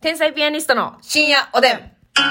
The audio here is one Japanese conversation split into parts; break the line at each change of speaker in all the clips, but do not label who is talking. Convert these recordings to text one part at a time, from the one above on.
天才ピアニストの深夜おでん。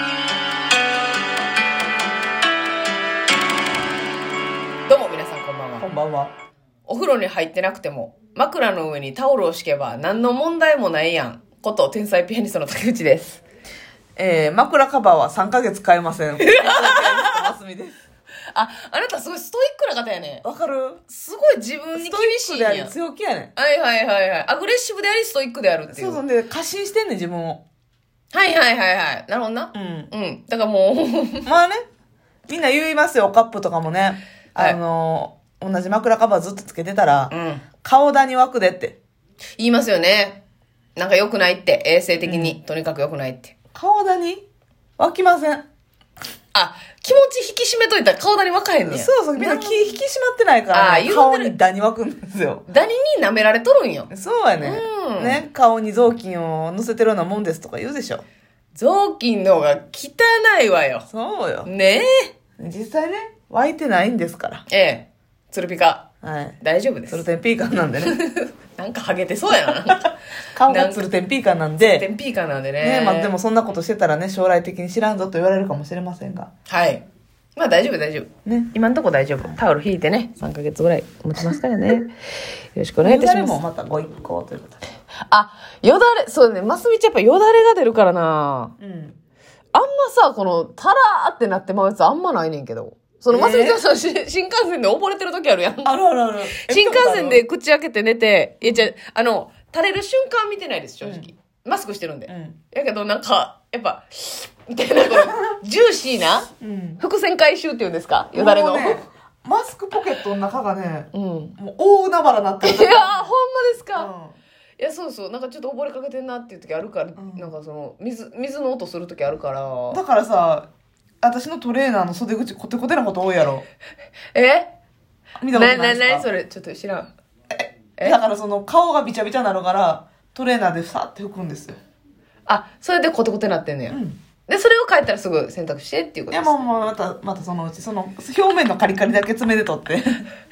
どうも皆さんこんばんは。
こんばんは。
お風呂に入ってなくても枕の上にタオルを敷けば何の問題もないやんこと天才ピアニストの竹内です。
枕カバーは3ヶ月買えません。天才ピアニストますみです。
あなたすごいストイックな方やね。
わかる？
すごい自分に厳しいんや。
ストイックであり強気やねん。
はいはいはいはい。アグレッシブでありストイックであるっていう。
そうそう。で、過信してんねん、自分を。
はいはいはいはい。なるほどな。うん。だからもう。
まあね、みんな言いますよ、カップとかもね。
はい、
同じ枕カバーずっとつけてたら、
うん、
顔ダニ湧くでって。
言いますよね。なんか良くないって、衛生的に、とにかく良くないって。
顔ダニ湧きません。
あ、気持ち引き締めといたら顔ダニ湧かへんねん。
そうそう、みんな引き締まってないからね、顔にダニ湧くんですよ。
ダニに舐められとるんよ。
そうやね。ね、顔に雑巾を乗せてるようなもんですとか言うでしょ。
雑巾の方が汚いわよ。
そうよ。
ね
え。実際ね、湧いてないんですから。
ええ。ツルピカ。
はい。
大丈夫です。
ツルテンピーカンなんでね。
なんかハゲてそうやな。
顔がツルテンピーカンなんで。
ツルテンピーカンなんでね。
ね、まあでもそんなことしてたらね、将来的に知らんぞと言われるかもしれませんが。
はい。まあ大丈夫大丈夫。
ね。
今んとこ大丈夫。タオル引いてね、3ヶ月ぐらい持ちますからね。よろしくお願いいたします。
よだれもまたご一行ということで。
あ、よだれ、そうね、ますみちゃんやっぱよだれが出るからな。
うん。
あんまさ、この、タラーってなってまうやつあんまないねんけど。その、ますみちゃんさ、新幹線で溺れてる時あるやん。
あるあるある。
新幹線で口開けて寝て、いや、じゃ垂れる瞬間見てないです、正直。マスクしてるんで。やけど、なんか、やっぱ、みたいな、ジューシーな、伏線回収っていうんですか、よだれの。
ね、マスクポケットの中がね、もう大海原になってる。
いや、ほんまですか。いや、そうそう、なんかちょっと溺れかけてんなっていう時あるから、なんかその、水の音する時あるから。
だからさ、私のトレーナーの袖口コテコテなこと多いやろ。見たことないですか？
それ、ちょっと知らん。
だからその顔がビチャビチャになるから、トレーナーでさって拭くんですよ。
あ、それでコテコテなってんねや。で、それを帰ったらすぐ洗濯してっていうことです。
いや、もうまたそのうち、その表面のカリカリだけ爪で取って。
あ、で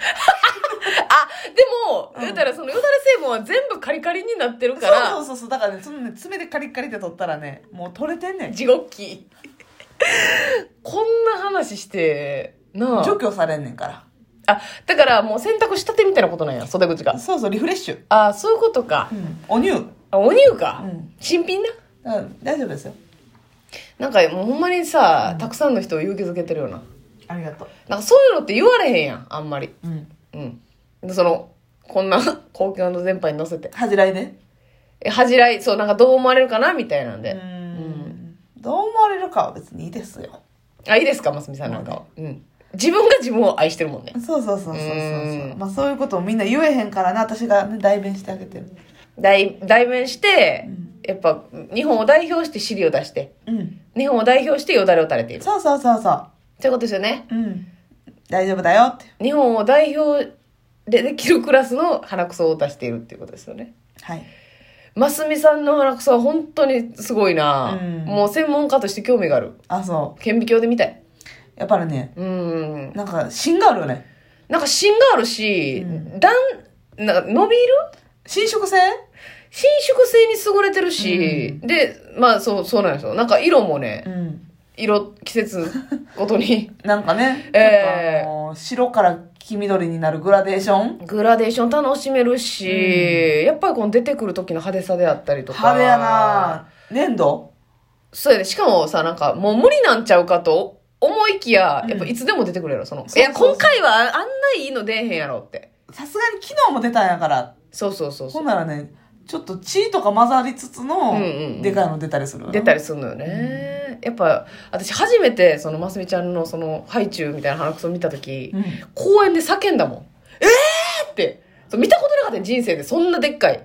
も、言ったらそのよだれ成分は全部カリカリになってるから。
そう。だからね、そのね、爪でカリカリで取ったらね、もう取れてんねん。
地獄期。こんな話して、なあ。
除去されんねんから。
あ、だからもう洗濯したてみたいなことなんや、袖口が。
そう、リフレッシュ。
あ、そういうことか。
お乳。
お乳か。新品な。
大丈夫ですよ。
なんかもうほんまにさ、たくさんの人を勇気づけてるような。
ありがとう。
なんかそういうのって言われへんやん、あんまり。でその、こんな高級な電波に乗せて。
恥じらいで？
恥じらい、そう、なんかどう思われるかなみたいなんで。
どう思われるかは別にいいですよ。
あ、いいですか、ますみさんなんかは。自分が自分を愛してるもんね。
そう。まあそういうことをみんな言えへんからね、私がね、代弁してあげてる。
代弁して、やっぱ、日本を代表して尻を出して、日本を代表してよだれを垂れている。
そう。
そういうことですよね。
大丈夫だよって。
日本を代表できるクラスの鼻くそを出しているっていうことですよね。
はい。
ますみさんの鼻くそは本当にすごいな、もう専門家として興味がある。
あ、そう。
顕微鏡で見たい。
やっぱりね、なんか芯があるよね。
なんか芯があるし、なんか伸びる
伸縮性
に優れてるし、で、まあそうなんですよ。なんか色もね、季節ごとに。
なんかね、ちょっと白から黄緑になるグラデーション
楽しめるし、やっぱりこの出てくる時の派手さであったりとか。
派手やな粘土
そうやね。しかもさ、なんかもう無理なんちゃうかと思いきや、やっぱいつでも出てくるやろ、その。いや、今回はあんないいの出えへんやろって。
さすがに昨日も出たんやから。
そう。
ほんならね、ちょっと血とか混ざりつつの、でかいの出たりする
出たりするのよね。やっぱ、私初めて、その、ますみちゃんのその、ハイチュウみたいな鼻くそ見たとき、公園で叫んだもん。って。見たことなかったよ、人生で。そんなでっかい。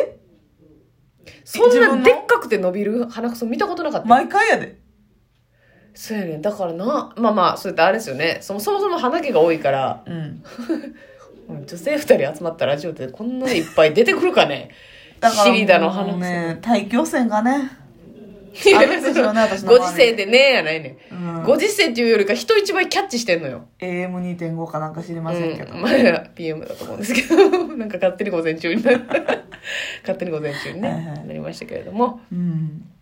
そんなでっかくて伸びる鼻くそ見たことなかった。
毎回やで。
そうやね。だからな、まあ、そうやってあれですよね。そもそも鼻毛が多いから、女性二人集まったラジオってこんないっぱい出てくるかね。シリダの鼻くそ。
ね、大気汚染がね。あるんですよね、私の
ご時世でねやないね、ご時世っていうよりか人一倍キャッチしてんのよ。
AM2.5 かなんか知りませんけど、
まあ PM だと思うんですけどなんか勝手に午前中になりましたけれども、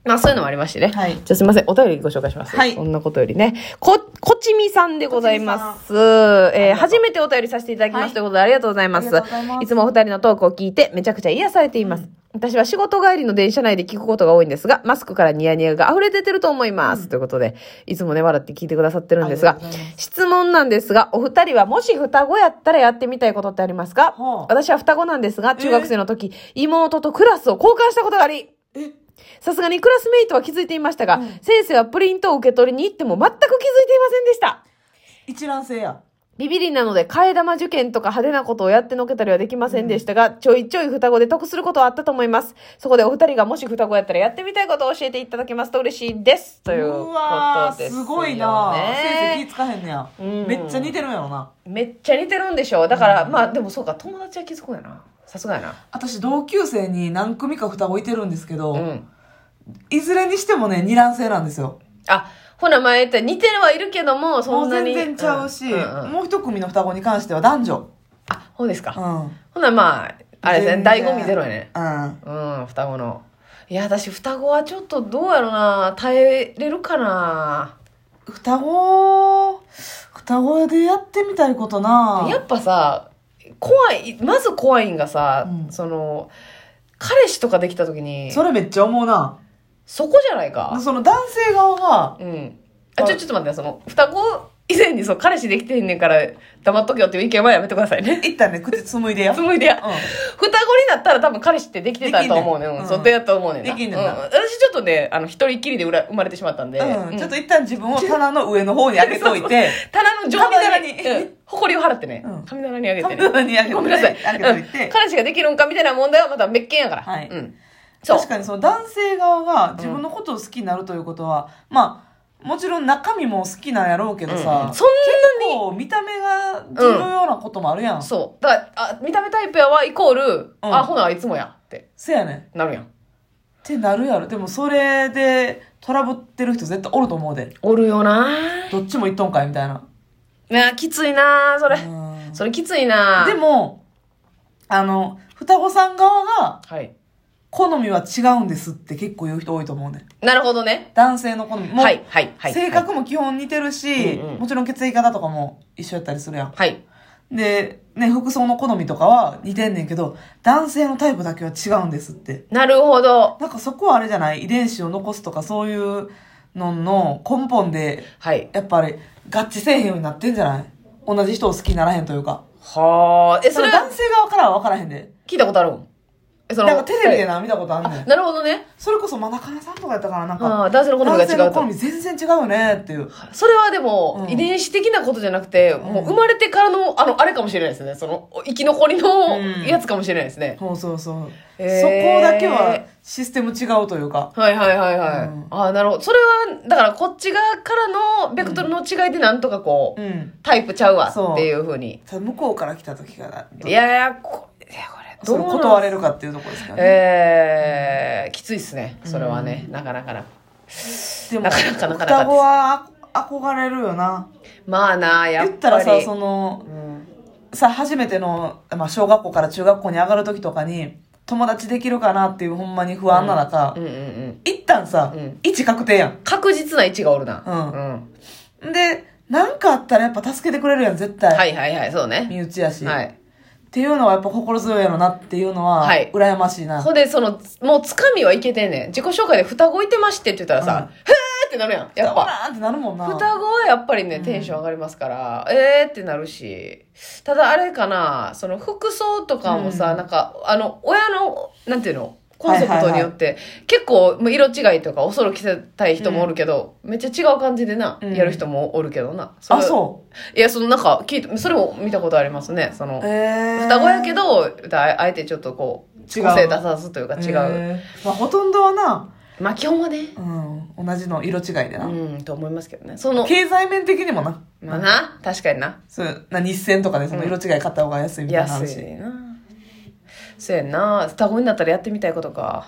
まあそういうのもありましてね。
はい。
じゃあすいません。お便りご紹介します。
はい。
そんなことよりね。こちみさんでございます。初めてお便りさせていただきます、ということでありがとうございます。いつもお二人のトークを聞いてめちゃくちゃ癒されています。私は仕事帰りの電車内で聞くことが多いんですが、マスクからニヤニヤが溢れ出てると思います。ということで、いつもね、笑って聞いてくださってるんですが、質問なんですが、お二人はもし双子やったらやってみたいことってありますか？私は双子なんですが、中学生の時、妹とクラスを交換したことがあり、さすがにクラスメイトは気づいていましたが、先生はプリントを受け取りに行っても全く気づいていませんでした。
一卵性や。
ビビリなので、替え玉受験とか派手なことをやってのけたりはできませんでしたが、ちょいちょい双子で得することはあったと思います。そこでお二人がもし双子やったらやってみたいことを教えていただけますと嬉しいです。ということですよね。
すごいな。先生気ぃつかへんねや。めっちゃ似てるんやろな。
めっちゃ似てるんでしょ。だから、まあでもそうか、友達は気づくんやな。さすがやな。
私同級生に何組か双子いてるんですけど、いずれにしてもね、二卵性なんですよ。
あ、ほな前言った似てるはいるけども、そんなに。
全然ちゃうし、もう一組の双子に関しては男女。
あ、そうですか。ほなまあ、あれですね、醍醐味ゼロやね。双子の。いや、私双子はちょっとどうやろな、耐えれるかな。
双子でやってみたいことな。
やっぱさ、まず怖いんがさ、彼氏とかできた時に。
それめっちゃ思うな。
そこじゃないか。
その男性側が。
ちょっと待って、双子以前に彼氏できてへんねんから黙っとけよっていう意見はやめてくださいね。
一旦ね、口紡いでや。
双子になったら多分彼氏ってできてたと思うねん。そうやと思うねんな。できんねんな。私ちょっとね、一人っきりで生まれてしまったんで。
ちょっと一旦自分を棚の上の方に上げといて。
棚の上段に。誇りを払ってね。神棚に上げてね。
神棚に上げて。
ごめんなさい。彼氏ができるんかみたいな問題はまた別件やから。
はい。確かにその男性側が自分のことを好きになるということは、まあ、もちろん中身も好きなんやろうけどさ、そんなに結構見た目が重要なこともあるやん。
そう。だから、見た目タイプやはイコール、ほな、いつもやって。
せやねん。
なるやん。
ってなるやろ。でもそれでトラブってる人絶対おると思うで。
おるよな。
どっちもいっとんかいみたいな。
いや、きついなそれ。それきついな
でも、双子さん側が、好みは違うんですって結構言う人多いと思うね。
なるほどね。
男性の好みも、性格も基本似てるし、もちろん血液型とかも一緒やったりするやん。で、ね、服装の好みとかは似てんねんけど、男性のタイプだけは違うんですって。
なるほど。
なんかそこはあれじゃない？遺伝子を残すとかそういうのの根本で、やっぱり合致せえへんようになってんじゃない？同じ人を好きにならへんというか。
はあ。
それ男性側からは分からへんで。
聞いたことあるん？
なんかテレビで見たことあるねん。
なるほどね。
それこそ中根さんとかやったからなんか、
男性の好みが違うと。
男性の好み全然違うよねっていう。
それはでも、遺伝子的なことじゃなくて、もう生まれてからの、あれかもしれないですね。生き残りのやつかもしれないですね。
そう。そこだけはシステム違うというか。
はい。なるほど。それは、だからこっち側からのベクトルの違いでなんとかタイプちゃうわっていうふうに。
向こうから来た時から。
いや
それ断れるかっていうところですかね。
きついっすね。それはね。なかなかな。
でも、双子は憧れるよな。
まあな、やっぱり。
言ったらさ、初めての、小学校から中学校に上がる時とかに、友達できるかなっていうほんまに不安な中、一旦さ、位置確定やん。
確実な位置がおるな。
で、なんかあったらやっぱ助けてくれるやん、絶対。
はい、そうね。
身内やし。っていうのはやっぱ心強いやろなっていうのは、羨ましいな。
ほんで、もうつかみはいけてんねん。自己紹介で双子いてましてって言ったらさ、へーってなるやん。やっぱ。
双子ってなるもんな。
双子はやっぱりね、テンション上がりますから、ってなるし。ただあれかな、服装とかもさ、なんか、親の、なんていうのコンセプトによって、結構、色違いとか、おそろ着せたい人もおるけど、めっちゃ違う感じでな、やる人もおるけどな。
そう。
いや、なんか、それも見たことありますね。双子やけど、あえてちょっと個性出さすというか違う。
ほとんどはな、
基本はね。
同じの色違いでな。
と思いますけどね。
経済面的にもな。
まあな、確かにな。
日銭とかでその色違い買った方が安いみたいな話。
安いな。そうやんな。双子になったらやってみたいことか。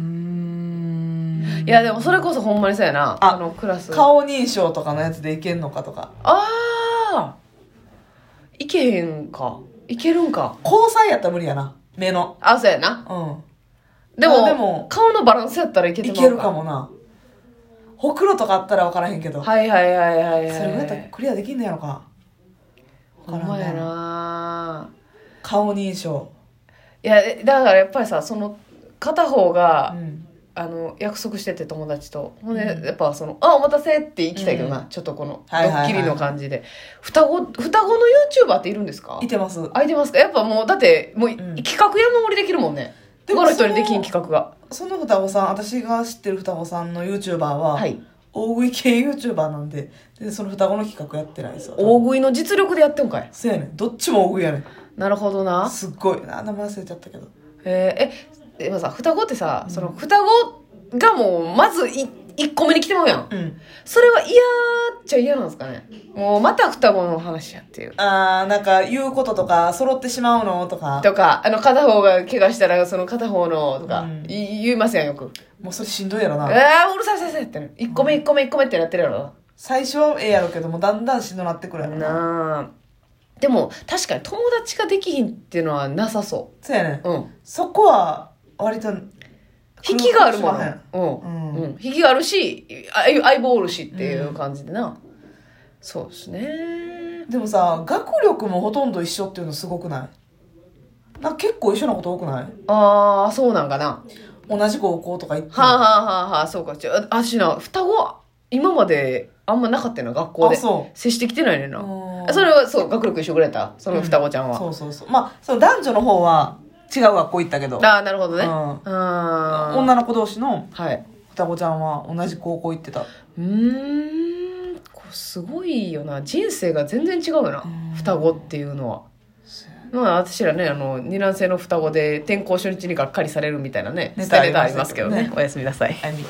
いや、でもそれこそほんまにそうやな。クラス。
顔認証とかのやつでいけんのかとか。
いけへんか。いけるんか。
交際やったら無理やな。目の。
そうやな。 でも顔のバランスやったらいけてまうか。
いけるかもな。ほくろとかあったら分からへんけど。
はいはいはいはい、はい。
それぐらいやったらクリアできんのやろか。
ほんまやな。
顔認証。
いや、だからやっぱりさ、その、片方が、約束してて友達と。ほんで、やっぱその、お待たせって行きたいけどな。ちょっとこの、ドッキリの感じで。双子の YouTuber っているんですか？
いてます。
いてますか？やっぱもう、だって、もう、企画山盛りできるもんね。他の人にできん企画が。
その双子さん、私が知ってる双子さんの YouTuber は、大食い系 YouTuber なんで、その双子の企画やってないですよ。
大食いの実力でやってんかい？
そうやねん。どっちも大食いやねん。
なるほどな。
すっごい。名前忘れちゃったけど。
でもさ、双子ってさ、その双子がもう、まず1個目に来てまうやん。それは嫌っちゃ嫌なんですかね。もうまた双子の話やっていう。
なんか言うこととか、揃ってしまうのとか。
片方が怪我したら、その片方のとか、言いますやん、よく。
もうそれしんどいやろな。
うるさいさいさいって。1個目ってなってるやろ。
最初はやろうけども、だんだんしんどなってくるやろ
な。でも、確かに友達ができひんっていうのはなさそう。
そうやね。そこは、割と、
引きがあるもん。引きがあるし、相棒おるしっていう感じでな。そうですね。
でもさ、学力もほとんど一緒っていうのすごくない？なんか結構一緒なこと多くない？
そうなんかな。
同じ高校とか行って。
そうか。双子、今まであんまなかったよな、学校で。接してきてないねんな。それはそう、学力一緒ぐらいやったその双子ちゃんは。
そう。まあ、男女の方は違う学校行ったけど。
なるほどね。
女の子同士の双子ちゃんは同じ高校行ってた。
すごいよな。人生が全然違うよな。双子っていうのは。まあ私らね、二卵性の双子で転校初日にがっかりされるみたいなね、ネタありますけどね。おやすみなさい。